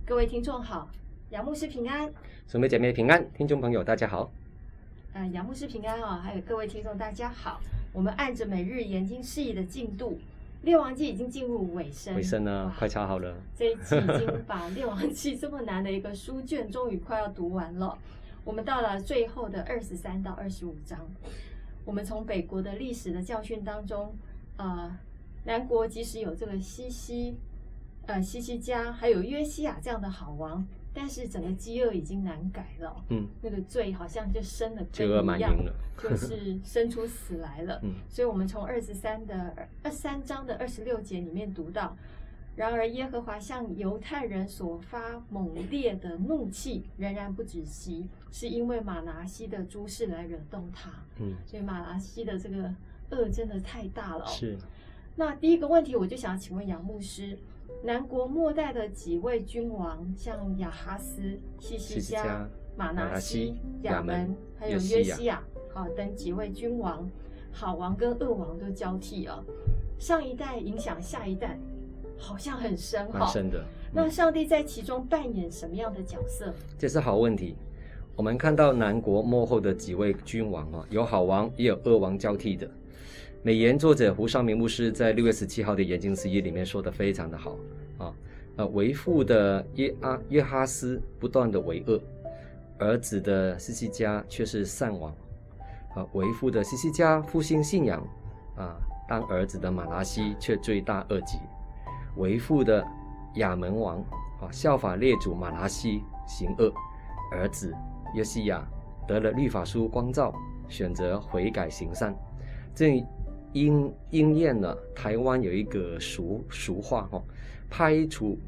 各位听众好，杨牧师平安， 姊妹姐妹平安，听众朋友大家好。 杨牧师平安啊，还有各位听众大家好。我们按着每日研经释义的进度，列王记已经进入尾声了，快抄好了。 这一期已经把列王记这么难的一个书卷，终于快要读完了。我们到了最后的23到25章。我们从北国的历史的教训当中，南国即使有这个西西家，还有约西亚这样的好王，但是整个饥饿已经难改了。那个罪好像就生了根一样，就是生出死来了。所以我们从23章的26节里面读到，然而耶和华向犹太人所发猛烈的怒气仍然不止息，是因为马拿西的诸事来惹动他。所以马拿西的这个恶真的太大了。 是。 那第一个问题，我就想请问杨牧师，南国末代的几位君王，像亚哈斯、西西家、马拿西、亚门，还有约西亚，等几位君王，好王跟恶王都交替了。上一代影响下一代，好像很深哈。 蛮深的。 那上帝在其中扮演什么样的角色？ 这是好问题。我们看到南国末后的几位君王有好王也有恶王交替的。美研作者胡绍明牧师在6月17号的研经释义里面说得非常的好为父的约哈斯不断的为恶，儿子的西西家却是善王。为父的西西家复兴信仰当儿子的马拿西却罪大恶极。为父的亚门王效法列祖马拿西行恶，儿子约西亚得了律法书光照，选择悔改行善。这应验了台湾有一个俗话拍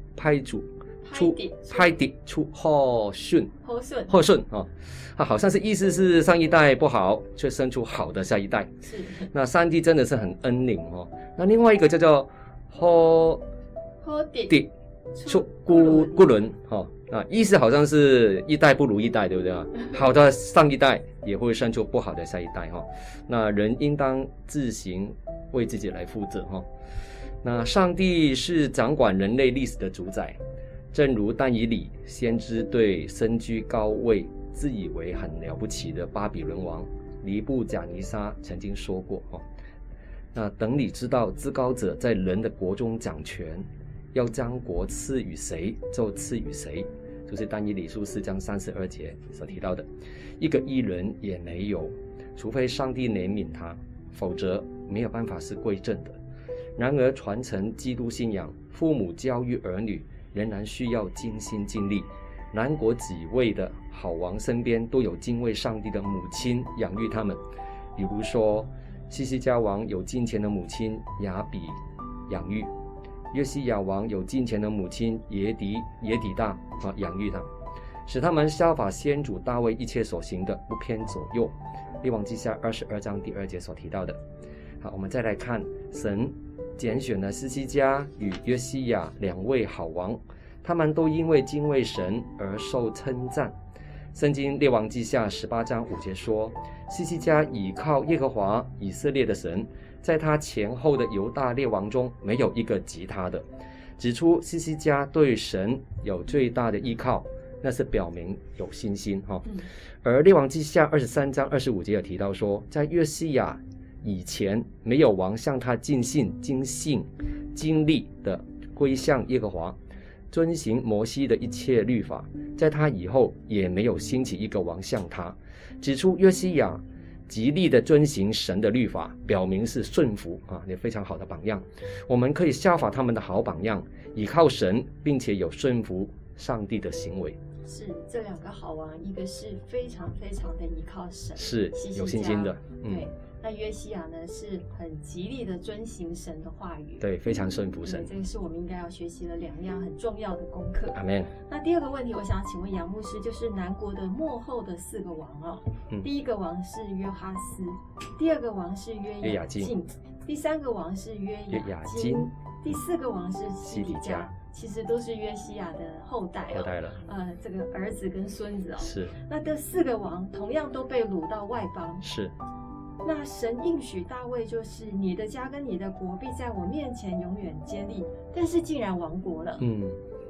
底出后顺好像是意思是上一代不好，却生出好的下一代。 是。 那上帝真的是很恩领那另外一个叫做后底出孤轮意思好像是一代不如一代，对不对好的上一代也会生出不好的下一代那人应当自行为自己来负责那上帝是掌管人类历史的主宰，正如但以理先知对身居高位自以为很了不起的巴比伦王尼布甲尼撒曾经说过那等你知道至高者在人的国中掌权，要将国赐予谁就赐予谁，就是但以理书4章32节所提到的。一个义人也没有，除非上帝怜悯他，否则没有办法是归正的。然而传承基督信仰，父母教育儿女仍然需要尽心尽力。南国几位的好王身边都有敬畏上帝的母亲养育他们，比如说西西家王有敬虔的母亲雅比养育，约西亚王有敬虔的母亲耶底大养育他，使他们效法先祖大卫一切所行的，不偏左右。列王记下22章第2节所提到的。好，我们再来看神拣选了西西家与约西亚2位好王，他们都因为敬畏神而受称赞。圣经列王记下18章5节说，西西家倚靠耶和华以色列的神，在他前后的犹大列王中没有一个及他的，指出西西家对神有最大的依靠，那是表明有信心而列王记下23章25节有提到说，在约西亚以前没有王向他尽心尽力的归向耶和华，遵行摩西的一切律法，在他以后也没有兴起一个王向他，指出约西亚极力的遵行神的律法，表明是顺服也非常好的榜样。我们可以效法他们的好榜样，倚靠神，并且有顺服上帝的行为。 是这2个好王，一个是非常非常的依靠神， 是有信心的， 对。那约西亚呢，是很极力的遵行神的话语， 对，非常顺服神。 这个是我们应该要学习的2样很重要的功课。 阿们。 那第2个问题，我想请问杨牧师，就是南国的末后的4个王第一个王是约哈斯，第2个王是约雅敬，第3个王是约雅金，第4个王是西底家。其实都是约西亚的后代了， 这个儿子跟孙子是。 那这4个王同样都被掳到外邦， 是。 那神应许大卫，就是你的家跟你的国必在我面前永远坚立，但是竟然亡国了。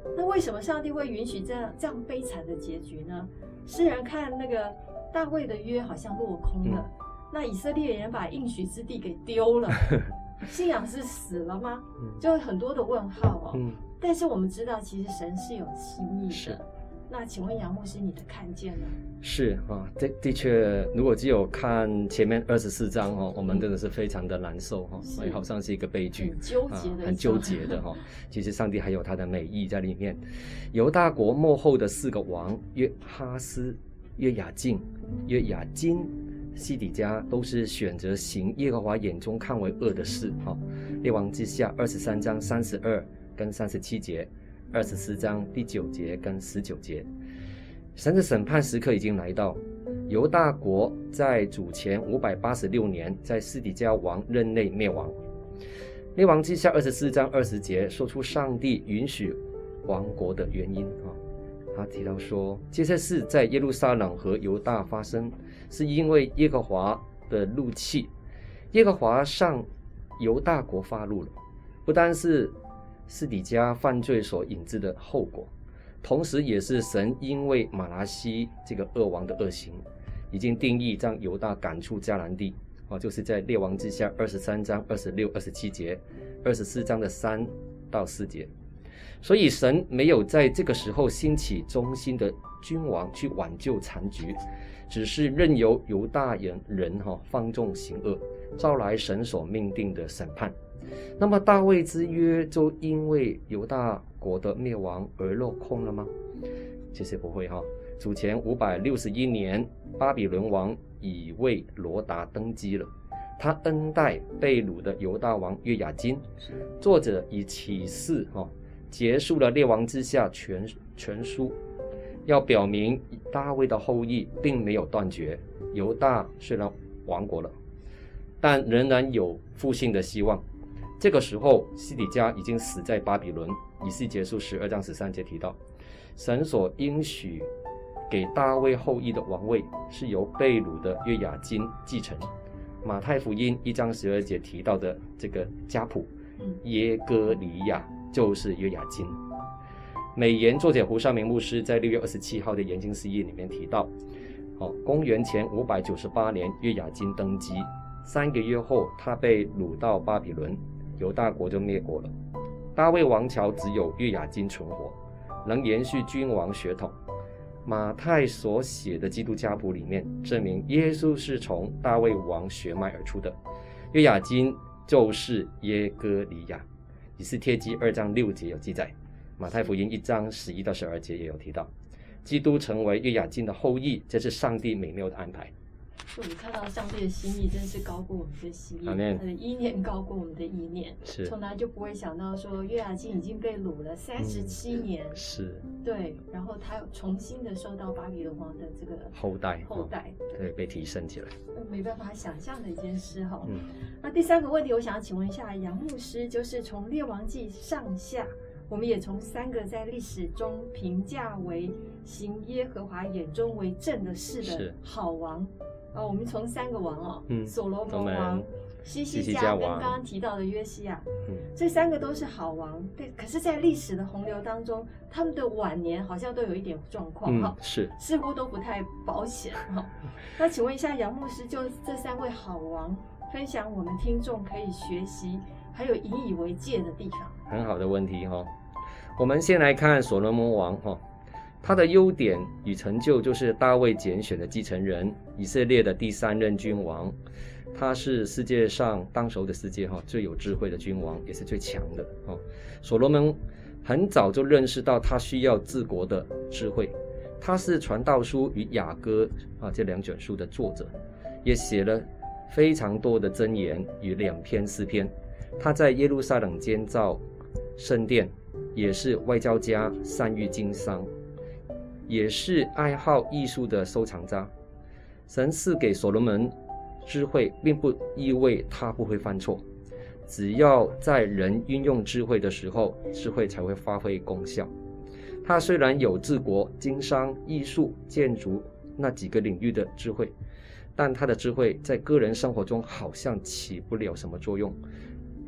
那为什么上帝会允许这样悲惨的结局呢？诗人看那个大卫的约好像落空了，那以色列人把应许之地给丢了，信仰是死了吗？就很多的问号哦。但是我们知道，其实神是有心意的。那请问杨牧师，你的看见呢？ 是啊，的确，如果只有看前面24章哦，我们真的是非常的难受哈，所以好像是一个悲剧，很纠结的哈。其实上帝还有他的美意在里面。犹大国末后的4个王约哈斯、约雅敬、约雅斤、西底家，都是选择行耶和华眼中看为恶的事哈。列王记下23章32跟37节。24章第9节跟19节，神的审判时刻已经来到。犹大国在主前586年，在西底家王任内灭亡。列王记下24章20节说出上帝允许亡国的原因啊。他提到说，这些事在耶路撒冷和犹大发生，是因为耶和华的怒气，耶和华上犹大国发怒了，不单是西底家犯罪所引致的后果，同时也是神因为马拿西这个恶王的恶行，已经定义将犹大赶出迦南地，就是在列王记下23章26、27节，24章的3到4节。所以神没有在这个时候兴起忠心的君王去挽救残局，只是任由犹大人放纵行恶，招来神所命定的审判。那么大卫之约就因为犹大国的灭亡而落空了吗？其实不会哈。主前561年，巴比伦王以为罗达登基了，他恩待被掳的犹大王约雅斤。作者以启示结束了列王之下全书，要表明大卫的后裔并没有断绝。犹大虽然亡国了，但仍然有复兴的希望。这个时候西底家已经死在巴比伦。以西结书12章13节提到，神所应许给大卫后裔的王位是由被掳的约雅斤继承。马太福音1章12节提到的这个家谱耶哥尼亚就是约雅斤。美言作者胡绍明牧师在6月27号的研经释义里面提到，公元前598年约雅斤登基，3个月后他被掳到巴比伦，犹大国就灭国了。大卫王朝只有约雅斤存活，能延续君王血统。马太所写的基督家谱里面证明耶稣是从大卫王血脉而出的，约雅斤就是耶哥尼亚。以斯帖记2章6节有记载，马太福音1章11到12节也有提到，基督成为约雅斤的后裔，这是上帝美妙的安排。 我们看到上帝的心意真是高过我们的心意，他的意念高过我们的意念，从来就不会想到说约雅斤已经被掳了37年，对，然后他重新的受到巴比伦王的这个后代，对， 被提升起来， 没办法想象的一件事哈。那第3个问题，我想要请问一下杨牧师，就是从列王记上下，我们也从3个在历史中评价为行耶和华眼中为正的事的好王。我们从3个王所罗门王、西西家跟刚刚提到的约西亚，这3个都是好王，对。可是，在历史的洪流当中，他们的晚年好像都有一点状况似乎都不太保险那请问一下杨牧师，就这3位好王，分享我们听众可以学习还有引以为戒的地方。 很好的问题我们先来看所罗门王他的优点与成就就是大卫拣选的继承人，以色列的第3任君王。他是世界上当时的世界最有智慧的君王，也是最强的所罗门很早就认识到他需要治国的智慧。他是传道书与雅歌这2卷书的作者，也写了非常多的箴言与2篇诗篇。他在耶路撒冷建造圣殿，也是外交家，善于经商，也是爱好艺术的收藏家。神赐给所罗门智慧，并不意味他不会犯错，只要在人运用智慧的时候，智慧才会发挥功效。他虽然有治国、经商、艺术、建筑那几个领域的智慧，但他的智慧在个人生活中好像起不了什么作用。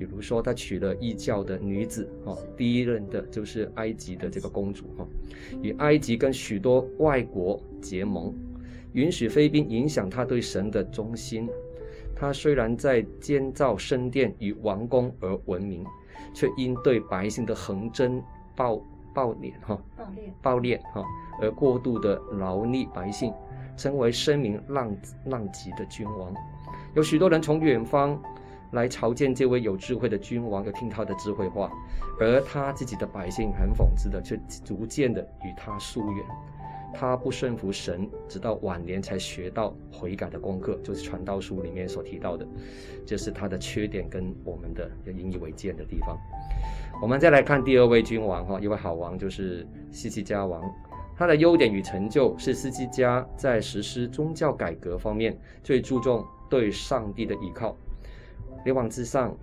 比如说他娶了异教的女子第一任的就是埃及的这个公主与埃及跟许多外国结盟，允许菲律宾影响他对神的忠心。他虽然在建造圣殿与王宫而闻名，却因对百姓的横征暴敛而过度的劳力百姓，成为声名浪藉的君王。有许多人从远方来朝见这位有智慧的君王，要听他的智慧话，而他自己的百姓很讽刺的却逐渐的与他疏远。他不顺服神，直到晚年才学到悔改的功课，就是传道书里面所提到的，这是他的缺点跟我们的要引以为戒的地方。我们再来看第二位君王一位好王，就是希西家王。他的优点与成就是希西家在实施宗教改革方面最注重对上帝的依靠。列王之下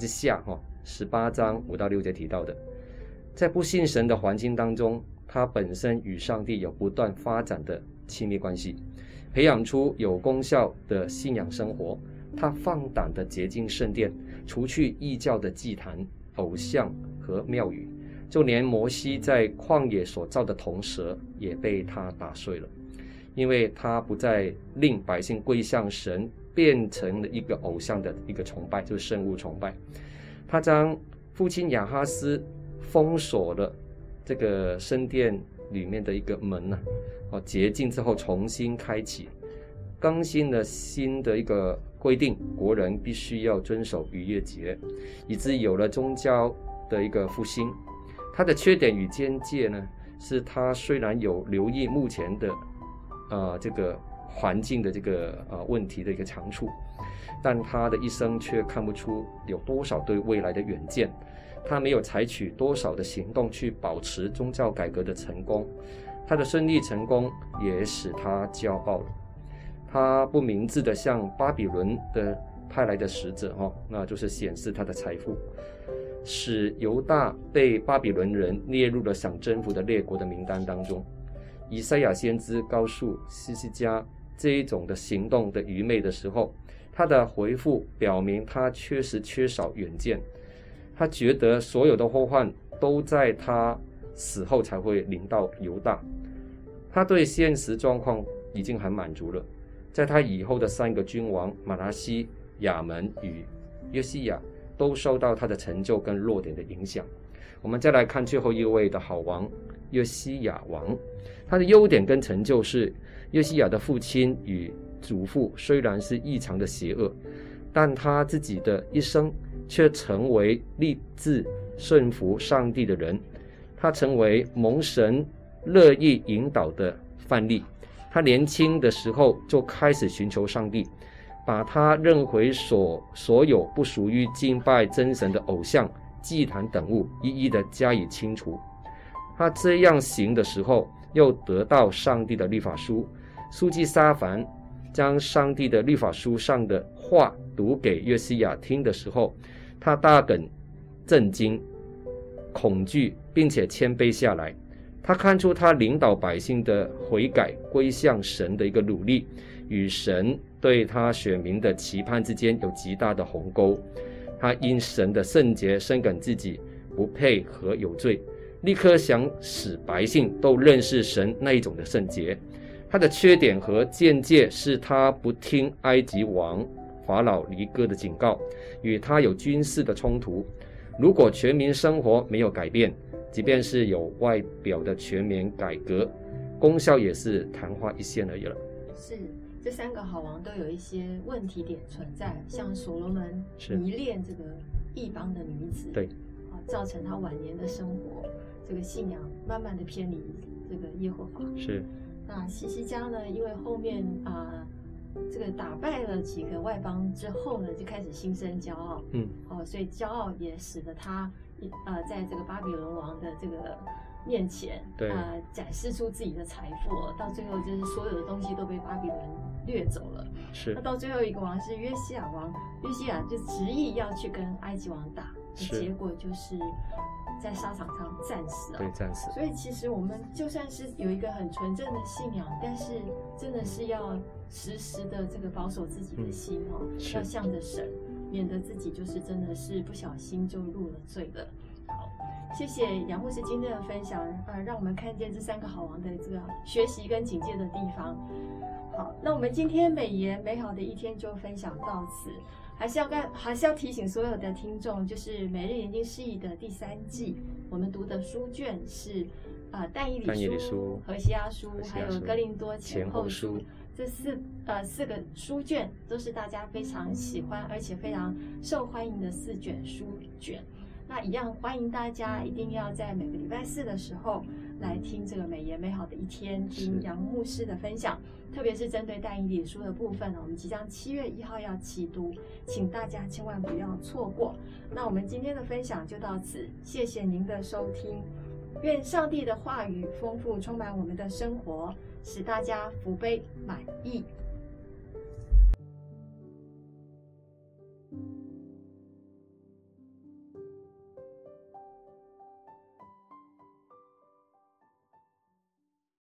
18章5到6节提到的，在不信神的环境当中，他本身与上帝有不断发展的亲密关系，培养出有功效的信仰生活。他放胆的洁净圣殿，除去异教的祭坛、偶像和庙宇，就连摩西在旷野所造的铜蛇也被他打碎了，因为他不再令百姓归向神，变成了一个偶像的一个崇拜，就是圣物崇拜。他将父亲亚哈斯封锁了这个圣殿里面的一个门洁净之后重新开启，更新了新的一个规定，国人必须要遵守逾越节，以致有了宗教的一个复兴。他的缺点与边界呢，是他虽然有留意目前的这个环境的这个问题的一个长处，但他的一生却看不出有多少对未来的远见。他没有采取多少的行动去保持宗教改革的成功，他的顺利成功也使他骄傲了。他不明智的向巴比伦的派来的使者那就是显示他的财富，使犹大被巴比伦人列入了想征服的列国的名单当中。以赛亚先知告诉希西家这一种的行动的愚昧的时候，他的回复表明他确实缺少远见。他觉得所有的祸患都在他死后才会临到犹大，他对现实状况已经很满足了。在他以后的3个君王马拿西、亚门与约西亚都受到他的成就跟弱点的影响。我们再来看最后一位的好王约西亚王，他的优点跟成就是约西亚的父亲与祖父虽然是异常的邪恶，但他自己的一生却成为立志顺服上帝的人。他成为蒙神乐意引导的范例。他年轻的时候就开始寻求上帝，把他认为所有不属于敬拜真神的偶像、祭坛等物一一的加以清除。他这样行的时候，又得到上帝的律法书。书记撒凡将上帝的律法书上的话读给约西亚听的时候，他大感震惊、恐惧，并且谦卑下来。他看出他领导百姓的悔改归向神的一个努力，与神对他选民的期盼之间有极大的鸿沟。他因神的圣洁深感自己不配和有罪，立刻想使百姓都认识神那一种的圣洁。他的缺点和见解是他不听埃及王法老尼哥的警告，与他有军事的冲突。如果全民生活没有改变，即便是有外表的全面改革，功效也是昙花一现而已了。 是，这3个好王都有一些问题点存在，像所罗门迷恋这个异邦的女子， 对， 造成他晚年的生活这个信仰慢慢的偏离这个耶和华。 是。 那希西家呢，因为后面这个打败了几个外邦之后呢，就开始心生骄傲，所以骄傲也使得他在这个巴比伦王的这个面前，展示出自己的财富，到最后就是所有的东西都被巴比伦掠走了。 是。 那到最后一个王是约西亚王，约西亚就执意要去跟埃及王打，结果就是在沙场上战死了。 对，战死。 所以其实我们就算是有一个很纯正的信仰，但是真的是要时时的这个保守自己的心要向着神， 免得自己就是真的是不小心就入了罪了。好，谢谢杨牧师今天的分享，让我们看见这3个好王的这个学习跟警戒的地方。好，那我们今天美言美好的一天就分享到此。还是要提醒所有的听众，就是每日研经释义的第3季，我们读的书卷是但以理书、何西阿书，还有哥林多前后书。这4个书卷都是大家非常喜欢而且非常受欢迎的4卷书卷。那一样欢迎大家一定要在每个礼拜4的时候来听这个美言美好的一天，听杨牧师的分享，特别是针对但以理书的部分呢，我们即将7月1号要起读，请大家千万不要错过。那我们今天的分享就到此，谢谢您的收听。愿上帝的话语丰富充满我们的生活，使大家福杯满溢。